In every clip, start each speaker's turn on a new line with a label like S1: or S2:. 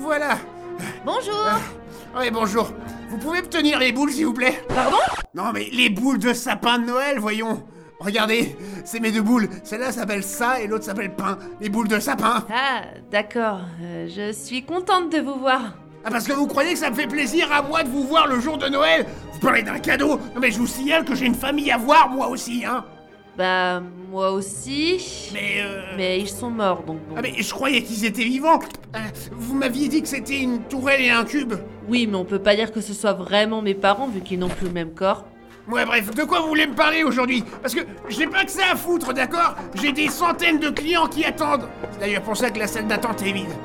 S1: voilà.
S2: Bonjour.
S1: Oui, bonjour. Vous pouvez me tenir les boules, s'il vous plaît?
S2: Pardon?
S1: Non, mais les boules de sapin de Noël, voyons. Regardez, c'est mes deux boules. Celle-là s'appelle ça et l'autre s'appelle pain. Les boules de sapin.
S2: Ah, d'accord. Je suis contente de vous voir.
S1: Ah, parce que vous croyez que ça me fait plaisir à moi de vous voir le jour de Noël? Vous parlez d'un cadeau? Non, mais je vous signale que j'ai une famille à voir, moi aussi, hein.
S2: Bah, moi aussi. Mais ils sont morts, donc bon.
S1: Ah, mais je croyais qu'ils étaient vivants. Vous m'aviez dit que c'était une tourelle et un cube.
S2: Oui, mais on peut pas dire que ce soit vraiment mes parents, vu qu'ils n'ont plus le même corps.
S1: Ouais, bref, de quoi vous voulez me parler aujourd'hui? Parce que j'ai pas que ça à foutre, d'accord? J'ai des centaines de clients qui attendent. C'est d'ailleurs pour ça que la salle d'attente est vide.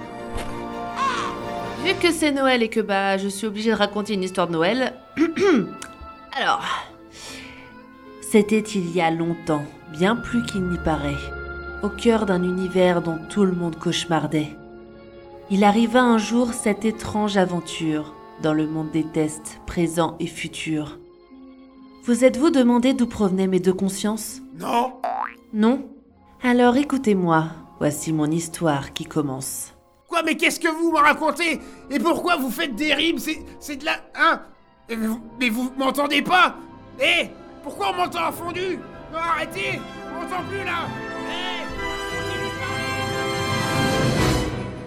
S2: Vu que c'est Noël et que je suis obligée de raconter une histoire de Noël. Alors, c'était il y a longtemps, bien plus qu'il n'y paraît, au cœur d'un univers dont tout le monde cauchemardait. Il arriva un jour cette étrange aventure dans le monde des tests, présents et futurs. Vous êtes-vous demandé d'où provenaient mes deux consciences?
S1: Non.
S2: Non? Alors écoutez-moi, voici mon histoire qui commence.
S1: Quoi, mais qu'est-ce que vous me racontez? Et pourquoi vous faites des rimes? C'est de la... Hein? Mais vous m'entendez pas? Pourquoi on m'entend en fondu? Non, arrêtez! On m'entend plus, là! Continuez de parler.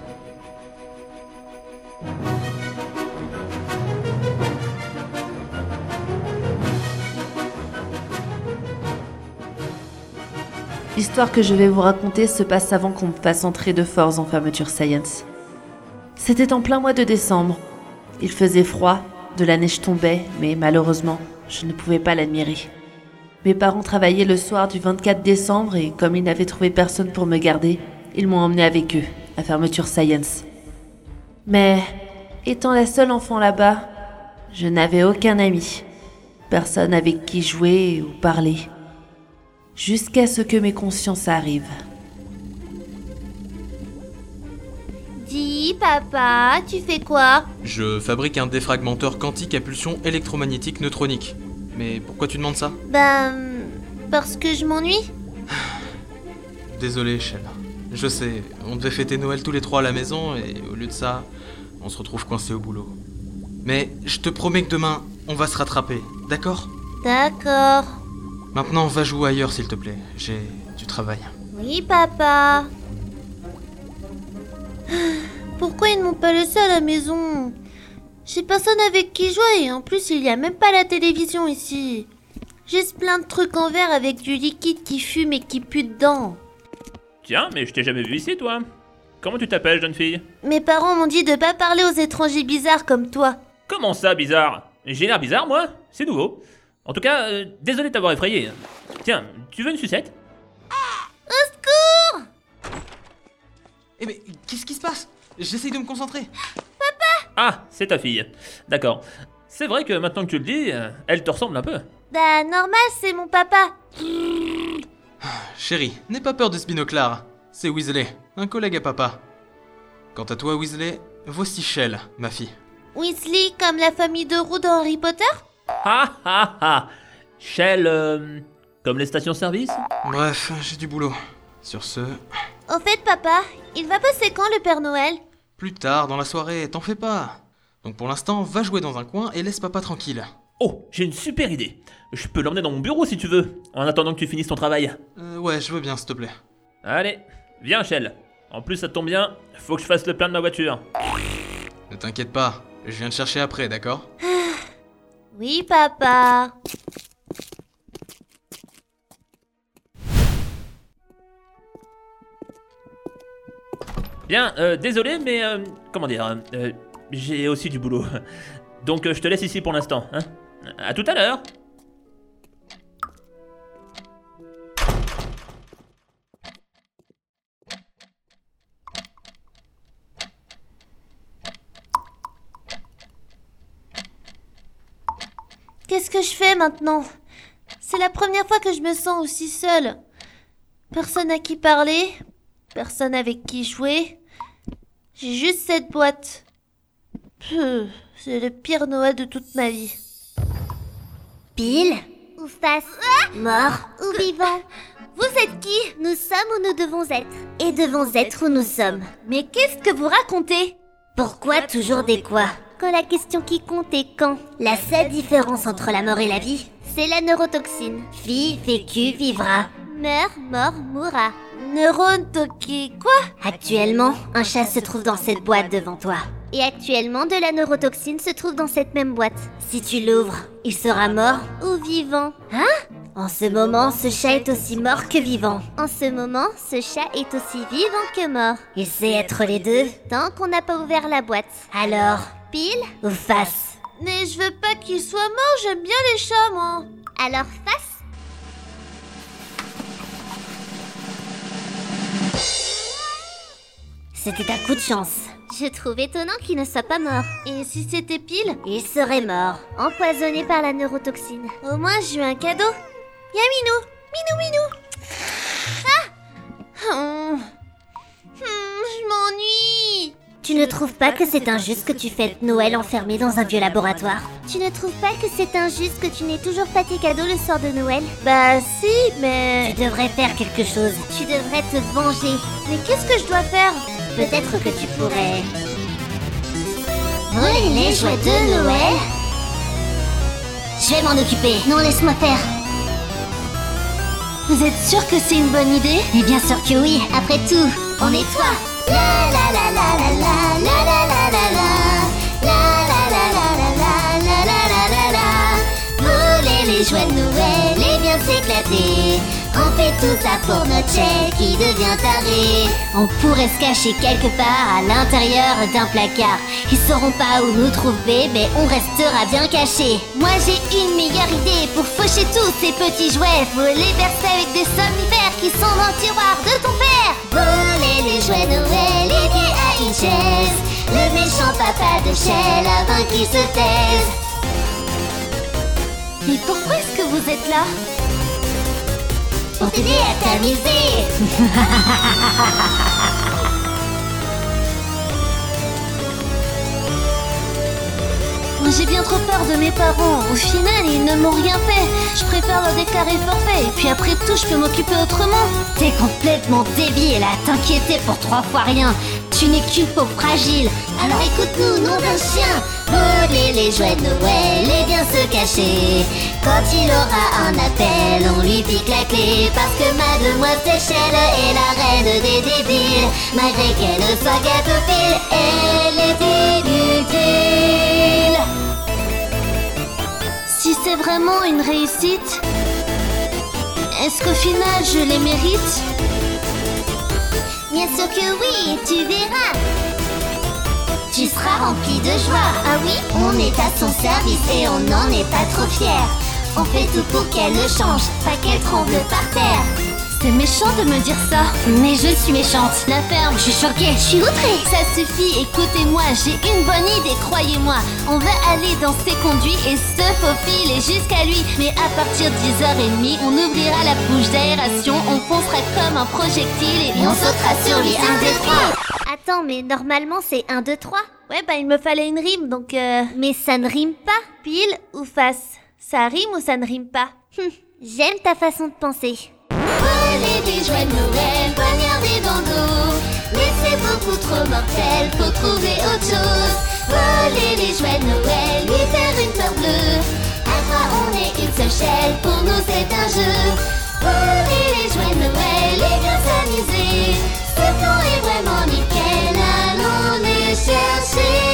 S2: L'histoire que je vais vous raconter se passe avant qu'on me fasse entrer de force en fermeture Science. C'était en plein mois de décembre. Il faisait froid, de la neige tombait, mais malheureusement, je ne pouvais pas l'admirer. Mes parents travaillaient le soir du 24 décembre et comme ils n'avaient trouvé personne pour me garder, ils m'ont emmené avec eux, à fermeture Science. Mais, étant la seule enfant là-bas, je n'avais aucun ami. Personne avec qui jouer ou parler. Jusqu'à ce que mes consciences arrivent.
S3: Dis, papa, tu fais quoi?
S4: Je fabrique un défragmenteur quantique à pulsion électromagnétique neutronique. Mais pourquoi tu demandes ça?
S3: Parce que je m'ennuie.
S4: Désolé, Shell. Je sais, on devait fêter Noël tous les trois à la maison et au lieu de ça, on se retrouve coincés au boulot. Mais je te promets que demain, on va se rattraper, d'accord?
S3: D'accord.
S4: Maintenant, va jouer ailleurs, s'il te plaît. J'ai du travail.
S3: Oui, papa. Pourquoi ils ne m'ont pas laissé à la maison? J'ai personne avec qui jouer et en plus, il n'y a même pas la télévision ici. Juste plein de trucs en verre avec du liquide qui fume et qui pue dedans.
S5: Tiens, mais je t'ai jamais vu ici, toi. Comment tu t'appelles, jeune fille?
S3: Mes parents m'ont dit de pas parler aux étrangers bizarres comme toi.
S5: Comment ça, bizarre? J'ai l'air bizarre, moi? C'est nouveau. En tout cas, désolé de t'avoir effrayé. Tiens, tu veux une sucette?
S3: Au secours!
S4: Eh mais, qu'est-ce qui se passe? J'essaye de me concentrer.
S5: Ah, c'est ta fille. D'accord. C'est vrai que maintenant que tu le dis, elle te ressemble un peu.
S3: Bah, normal, c'est mon papa.
S4: Chérie, n'aie pas peur de ce binoclard. C'est Weasley, un collègue à papa. Quant à toi, Weasley, voici Shell, ma fille.
S3: Weasley, comme la famille de Roux dans Harry Potter?
S5: Ha ha ha. Shell, comme les stations-service?
S4: Bref, j'ai du boulot. Sur ce...
S3: Au fait, papa, il va passer quand le Père Noël?
S4: Plus tard, dans la soirée, t'en fais pas. Donc pour l'instant, va jouer dans un coin et laisse papa tranquille.
S5: Oh, j'ai une super idée. Je peux l'emmener dans mon bureau si tu veux, en attendant que tu finisses ton travail.
S4: Ouais, je veux bien, s'il te plaît.
S5: Allez, viens Shell. En plus, ça tombe bien, faut que je fasse le plein de ma voiture.
S4: Ne t'inquiète pas, je viens te chercher après, d'accord?
S3: Oui, papa.
S5: Bien, désolé, mais comment dire, j'ai aussi du boulot. Donc je te laisse ici pour l'instant, hein. À tout à l'heure.
S3: Qu'est-ce que je fais maintenant? C'est la première fois que je me sens aussi seule. Personne à qui parler, personne avec qui jouer. J'ai juste cette boîte. C'est le pire Noël de toute ma vie.
S6: Pile ou face, mort ou vivant.
S3: Vous êtes qui?
S6: Nous sommes où nous devons être. Et devons être où nous sommes.
S3: Mais qu'est-ce que vous racontez?
S6: Pourquoi toujours des quoi? Quand la question qui compte est quand. La seule différence entre la mort et la vie, c'est la neurotoxine. Vie, vécu, vivra. Meurt, mort, mourra.
S3: Neurotoxine, quoi?
S6: Actuellement, un chat se trouve dans cette boîte devant toi. Et actuellement, de la neurotoxine se trouve dans cette même boîte. Si tu l'ouvres, il sera mort ou vivant. Hein? En ce moment, ce chat est aussi mort que vivant. En ce moment, ce chat est aussi vivant que mort. Il sait être les deux tant qu'on n'a pas ouvert la boîte. Alors, pile ou face?
S3: Mais je veux pas qu'il soit mort, j'aime bien les chats, moi.
S6: Alors face? C'était un coup de chance. Je trouve étonnant qu'il ne soit pas mort.
S3: Et si c'était pile?
S6: Il serait mort, empoisonné par la neurotoxine.
S3: Au moins, j'ai eu un cadeau. Y'a Minou. Ah je m'ennuie.
S6: Tu ne trouves pas que c'est injuste que tu fêtes Noël enfermé dans un vieux laboratoire? Tu ne trouves pas que c'est injuste que tu n'aies toujours pas tes cadeaux le soir de Noël?
S3: Bah si, mais...
S6: Tu devrais faire quelque chose. Tu devrais te venger.
S3: Mais qu'est-ce que je dois faire?
S6: Peut-être que tu pourrais... voler les jouets de Noël? Je vais m'en occuper. Non, laisse-moi faire.
S3: Vous êtes sûr que c'est une bonne idée?
S6: Mais bien sûr que oui. Après tout, on est toi. La la la la la la la la la la la la la la la la la la la. Voler les jouets de Noël et bien s'éclater. On fait tout ça pour notre chèque qui devient taré. On pourrait se cacher quelque part à l'intérieur d'un placard. Ils sauront pas où nous trouver, mais on restera bien cachés. Moi j'ai une meilleure idée pour faucher tous ces petits jouets. Faut les verser avec des somnifères qui sont dans le tiroir de ton père. Voler les jouets Noël et liés à une chaise. Le méchant papa de Shell a vaincu se taise.
S3: Mais pourquoi est-ce que vous êtes là?
S6: Pour t'aider à t'amuser.
S3: J'ai bien trop peur de mes parents. Au final, ils ne m'ont rien fait. Je préfère leur déclarer forfait. Et puis après tout, je peux m'occuper autrement.
S6: T'es complètement débile à t'inquiéter pour 3 fois rien. Tu n'es qu'une peau fragile. Alors écoute-nous, nom d'un chien. Voler les jouets de Noël et bien se cacher. Quand il aura un appel, on lui pique la clé. Parce que Mademoiselle Shell est la reine des débiles. Malgré qu'elle soit gâteauphile, elle est inutile.
S3: Si c'est vraiment une réussite, est-ce qu'au final je les mérite?
S6: Bien sûr que oui, tu verras. Tu seras rempli de joie. Ah oui? On est à son service et on n'en est pas trop fiers. On fait tout pour qu'elle le change, pas qu'elle tremble par terre.
S3: C'est méchant de me dire ça.
S6: Mais je suis méchante.
S3: La ferme,
S6: Je suis choquée, je suis outrée.
S3: ça suffit, écoutez-moi, j'ai une bonne idée, croyez-moi. On va aller dans ses conduits et se faufiler jusqu'à lui. Mais à partir de 10h30, on ouvrira la bouche d'aération, on foncera comme un projectile
S6: Et on sautera sur lui, 1, 2, 3.
S3: Attends, mais normalement c'est 1, 2, 3. Ouais, bah il me fallait une rime, donc
S6: Mais ça ne rime pas.
S3: pile ou face? Ça rime ou ça ne rime pas?
S6: J'aime ta façon de penser.
S3: Voler des jouets de Noël, poignardés dans le dos. Mais c'est beaucoup trop mortel, faut trouver autre chose. Voler les jouets de Noël, lui faire une peur bleue. À trois, on est une seule Shell, pour nous c'est un jeu. Voler les jouets de Noël et bien s'amuser. Ce temps est vraiment nickel, allons les chercher.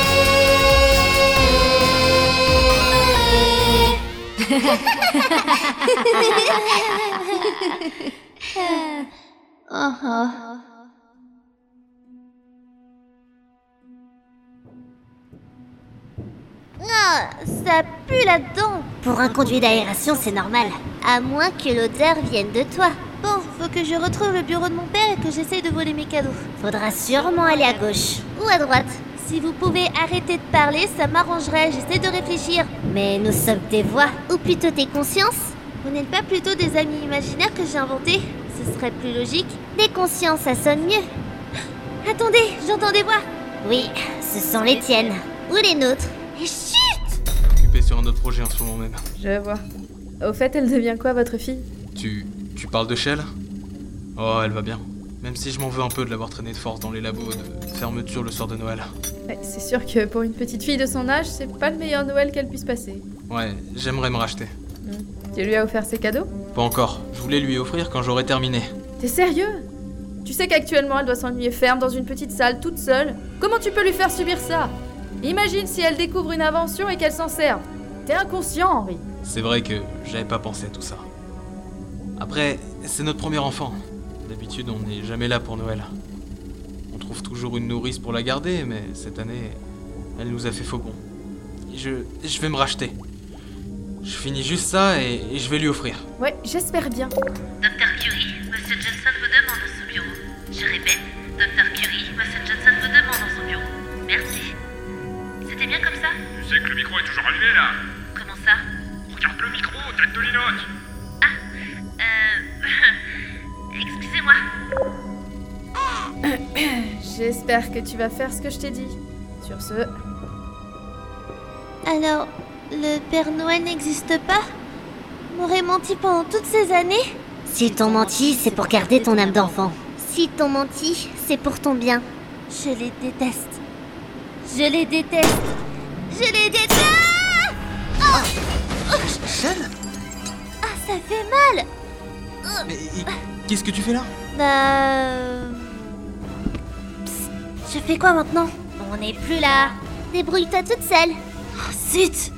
S6: Ah, ça pue là-dedans. Pour un conduit d'aération, c'est normal. À moins que l'odeur vienne de toi.
S3: Bon, faut que je retrouve le bureau de mon père et que j'essaye de voler mes cadeaux.
S6: Faudra sûrement aller à gauche. Ou à droite.
S3: Si vous pouvez arrêter de parler, ça m'arrangerait, j'essaie de réfléchir.
S6: Mais nous sommes tes voix, ou plutôt tes consciences.
S3: Vous n'êtes pas plutôt des amis imaginaires que j'ai inventés? Ce serait plus logique.
S6: Des consciences, ça sonne mieux.
S3: Attendez, j'entends des voix.
S6: Oui, ce sont les tiennes. Ou les nôtres.
S3: Et chut!
S4: Occupé sur un autre projet en ce moment même.
S7: Je vois. Au fait, elle devient quoi, votre fille?
S4: Tu parles de Shell? Oh, elle va bien. Même si je m'en veux un peu de l'avoir traînée de force dans les labos de fermeture le soir de Noël.
S7: Ouais, c'est sûr que pour une petite fille de son âge, c'est pas le meilleur Noël qu'elle puisse passer.
S4: Ouais, j'aimerais me racheter.
S7: Tu lui as offert ses cadeaux?
S4: Pas encore. Je voulais lui offrir quand j'aurai terminé.
S7: T'es sérieux? Tu sais qu'actuellement elle doit s'ennuyer ferme dans une petite salle toute seule. Comment tu peux lui faire subir ça? Imagine si elle découvre une invention et qu'elle s'en serve. T'es inconscient, Henri.
S4: C'est vrai que j'avais pas pensé à tout ça. Après, c'est notre premier enfant. D'habitude, on n'est jamais là pour Noël. On trouve toujours une nourrice pour la garder, mais cette année, elle nous a fait faux bon. Je vais me racheter. Je finis juste ça et je vais lui offrir.
S7: Ouais, j'espère bien.
S2: Dr Curie, Monsieur Johnson vous demande dans son bureau. Je répète, Dr Curie, Monsieur Johnson vous demande dans son bureau. Merci. C'était bien comme ça?
S8: Tu sais que le micro est toujours allumé là.
S2: Comment ça?
S8: Regarde le micro, tête de linotte.
S2: Excusez-moi.
S7: J'espère que tu vas faire ce que je t'ai dit. Sur ce...
S3: Alors, le Père Noël n'existe pas? M'aurait menti pendant toutes ces années?
S6: S'ils t'ont menti, c'est pour garder ton âme d'enfant. S'ils t'ont menti, c'est pour ton bien.
S3: Je les déteste. Je les déteste. Je les déteste.
S4: Shell?
S3: Ah, ça fait mal.
S4: Mais qu'est-ce que tu fais là?
S3: Psst, je fais quoi maintenant?
S6: On n'est plus là. Débrouille-toi toute seule.
S3: Oh, zut.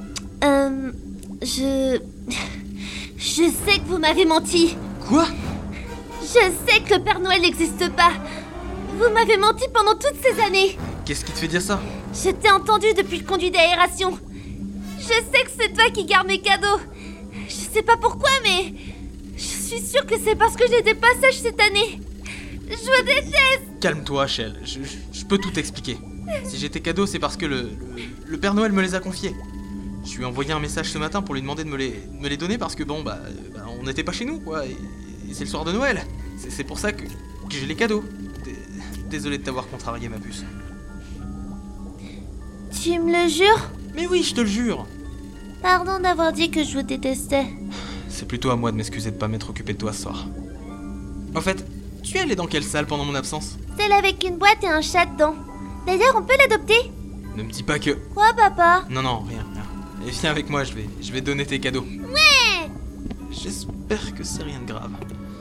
S3: Je sais que vous m'avez menti.
S4: Quoi?
S3: Je sais que le Père Noël n'existe pas. Vous m'avez menti pendant toutes ces années.
S4: Qu'est-ce qui te fait dire ça?
S3: Je t'ai entendu depuis le conduit d'aération. Je sais que c'est toi qui gardes mes cadeaux. Je sais pas pourquoi, mais je suis sûre que c'est parce que j'étais pas sage cette année. Je vous déteste.
S4: Calme-toi, Shell. Je peux tout t'expliquer. Si j'ai tes cadeaux, c'est parce que le Père Noël me les a confiés. Je lui ai envoyé un message ce matin pour lui demander de me les donner parce que bon, on n'était pas chez nous, quoi. Et c'est le soir de Noël. C'est pour ça que j'ai les cadeaux. Désolé de t'avoir contrarié, ma puce.
S3: Tu me le jures?
S4: Mais oui, je te le jure.
S3: Pardon d'avoir dit que je vous détestais.
S4: C'est plutôt à moi de m'excuser de pas m'être occupé de toi ce soir. En fait, tu es allé dans quelle salle pendant mon absence?
S3: Celle avec une boîte et un chat dedans. D'ailleurs, on peut l'adopter?
S4: Ne me dis pas que...
S3: Quoi, papa?
S4: Non, rien. Et viens avec moi, je vais donner tes cadeaux.
S3: Ouais!
S4: J'espère que c'est rien de grave.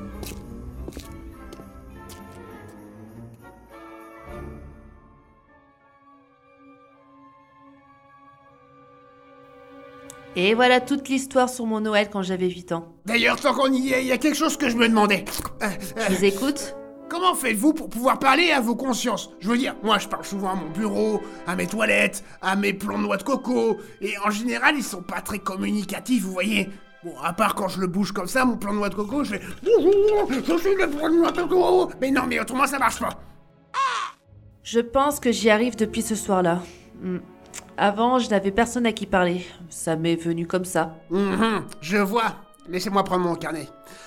S2: Et voilà toute l'histoire sur mon Noël quand j'avais 8 ans.
S1: D'ailleurs, tant qu'on y est, il y a quelque chose que je me demandais.
S2: Je vous écoute.
S1: Comment faites-vous pour pouvoir parler à vos consciences? Je veux dire, moi je parle souvent à mon bureau, à mes toilettes, à mes plants de noix de coco, et en général ils sont pas très communicatifs, vous voyez. Bon, à part quand je le bouge comme ça, mon plan de noix de coco, je fais bonjour, je suis le plan de noix de coco. Mais non, mais autrement ça marche pas.
S2: Je pense que j'y arrive depuis ce soir-là. Avant, je n'avais personne à qui parler. Ça m'est venu comme ça.
S1: Je vois. Laissez-moi prendre mon carnet.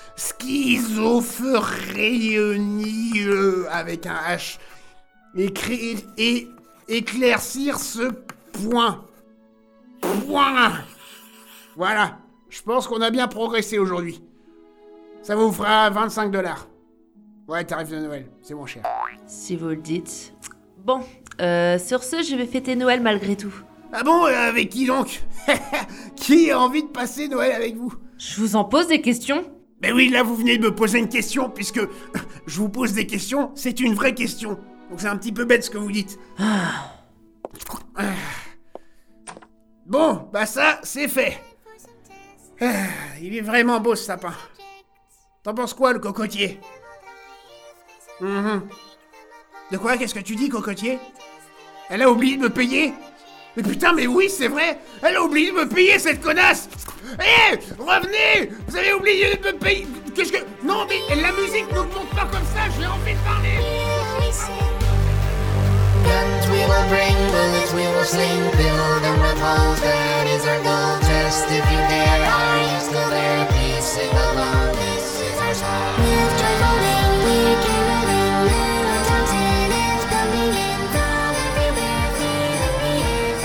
S1: Schizophrénie avec un H. Écrire et éclaircir ce point. Voilà. Je pense qu'on a bien progressé aujourd'hui. Ça vous fera 25$. Ouais, tarif de Noël. C'est mon cher.
S2: Si vous le dites. Bon, sur ce, je vais fêter Noël malgré tout.
S1: Ah bon, avec qui donc? Qui a envie de passer Noël avec vous?
S2: Je vous en pose des questions?
S1: Mais oui, là vous venez de me poser une question, puisque je vous pose des questions, c'est une vraie question. Donc c'est un petit peu bête ce que vous dites. Bon, bah ça, c'est fait. Il est vraiment beau ce sapin. T'en penses quoi, le cocotier? De quoi? Qu'est-ce que tu dis, cocotier? Elle a oublié de me payer? Mais putain, mais oui, c'est vrai! Elle a oublié de me payer, cette connasse! Hé! Revenez! Vous avez oublié de me payer! Qu'est-ce que... Non, mais la musique ne monte pas comme ça, j'ai envie de parler!
S9: Guns we will bring, bullets we will sling, build and repose, that is our goal. Just if you dare, are you still there? Please sing along, this is our song. With joyful ring, we're caroling, Valentine's Day is coming in, from everywhere, through the years,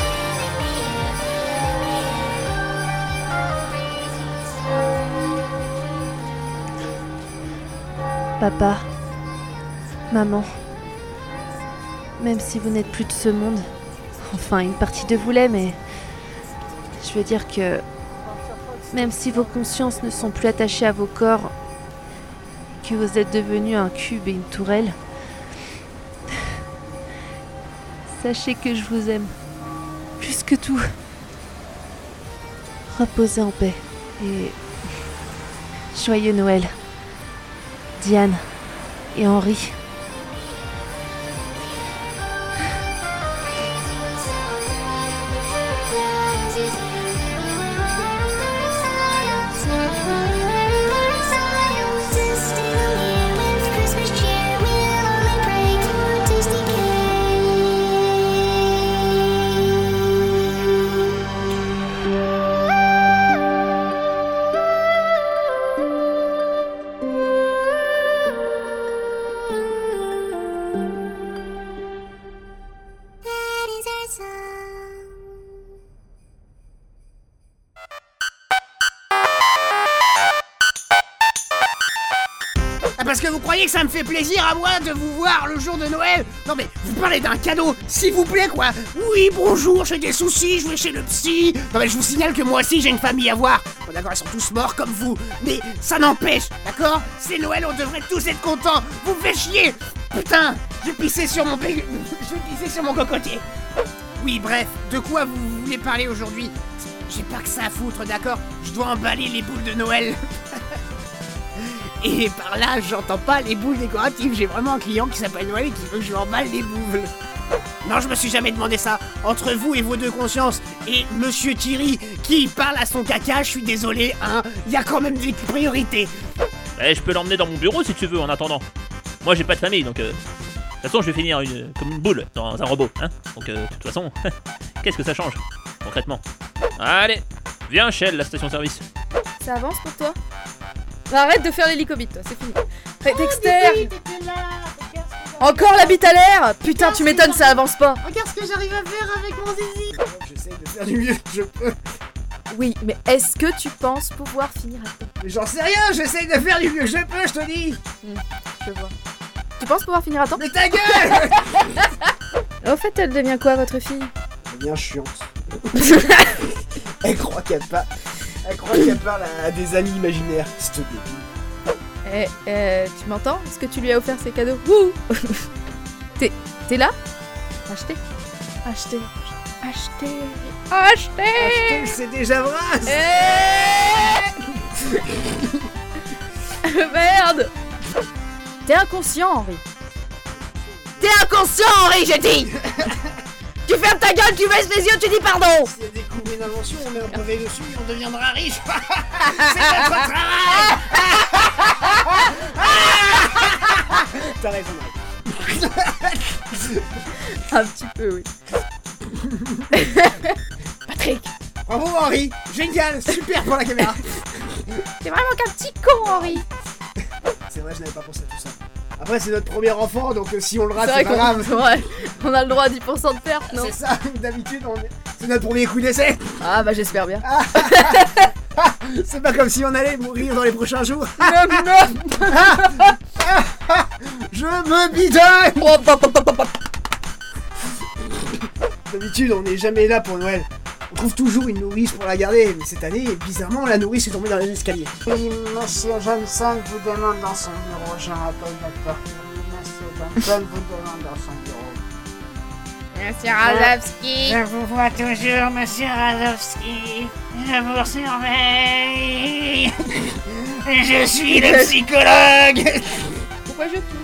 S7: Papa. Maman.
S2: Même si vous n'êtes plus de ce monde. Enfin, une partie de vous l'est, mais... Je veux dire que... Même si vos consciences ne sont plus attachées à vos corps, que vous êtes devenus un cube et une tourelle, sachez que je vous aime. Plus que tout. Reposez en paix. Et... Joyeux Noël. Diane et Henri.
S1: Parce que vous croyez que ça me fait plaisir à moi de vous voir le jour de Noël? Non mais, vous parlez d'un cadeau, s'il vous plaît quoi. Oui, bonjour, j'ai des soucis, je vais chez le psy. Non mais je vous signale que moi aussi j'ai une famille à voir. Bon d'accord, ils sont tous morts comme vous, mais ça n'empêche, d'accord? C'est Noël, on devrait tous être contents. Vous me faites chier. Putain, j'ai pissé sur mon cocotier. Oui, bref, de quoi vous voulez parler aujourd'hui? J'ai pas que ça à foutre, d'accord? Je dois emballer les boules de Noël. Et par là, j'entends pas les boules décoratives. J'ai vraiment un client qui s'appelle Noël et qui veut que je lui emballe les boules. Non, je me suis jamais demandé ça. Entre vous et vos deux consciences et Monsieur Thierry qui parle à son caca, je suis désolé, hein. Il y a quand même des priorités.
S5: Je peux l'emmener dans mon bureau si tu veux en attendant. Moi j'ai pas de famille donc... De toute façon je vais finir comme une boule dans un robot, hein. Donc de toute façon, qu'est-ce que ça change, concrètement? Allez, viens Shell, la station-service.
S7: Ça avance pour toi? Arrête de faire l'hélicobite, toi, c'est fini. Dexter! Encore la bite à l'air! Putain, tu m'étonnes, ça avance pas!
S10: Regarde ce que j'arrive à faire avec mon zizi!
S1: J'essaye de faire du mieux que je peux.
S7: Oui, mais est-ce que tu penses pouvoir finir à temps?
S1: Mais j'en sais rien, j'essaye de faire du mieux que je peux, je te dis!
S7: Je vois. Tu penses pouvoir finir à temps?
S1: Mais ta gueule!
S7: Au fait, elle devient quoi, votre fille?
S1: Elle devient chiante. Elle croit qu'elle parle à des amis imaginaires, s'il te plaît.
S7: Tu m'entends? Est-ce que tu lui as offert ses cadeaux? Wouh! T'es là? Acheter,
S1: C'est déjà vrai!
S7: Merde! T'es inconscient, Henri. T'es inconscient, Henri, j'ai dit! Tu fermes ta gueule, tu baisses les yeux, tu dis pardon!
S1: Si elle découvre une invention, on met un brevet dessus et on deviendra riche! C'est notre travail! T'as raison,
S7: Un petit peu, oui. Patrick!
S1: Bravo Henri! Génial! Super pour la caméra!
S7: T'es vraiment qu'un petit con, Henri!
S1: C'est vrai, je n'avais pas pensé à tout ça. Après, c'est notre premier enfant, donc si on le rate, c'est pas grave.
S7: Ouais, on a le droit à 10% de perte, non?
S1: C'est ça, d'habitude, c'est notre premier coup d'essai.
S7: Ah bah j'espère bien.
S1: C'est pas comme si on allait mourir dans les prochains jours. Je me bidonne. D'habitude, on n'est jamais là pour Noël. On trouve toujours une nourrice pour la garder, mais cette année, bizarrement, la nourrice est tombée dans les escaliers.
S10: Oui, Monsieur Johnson vous demande dans son bureau, je rappelle Dr. Monsieur Johnson vous demande dans son bureau.
S3: Monsieur Razowski.
S10: Je vous vois toujours, Monsieur Razowski. Je vous surveille.
S1: Je suis le psychologue.
S7: Pourquoi je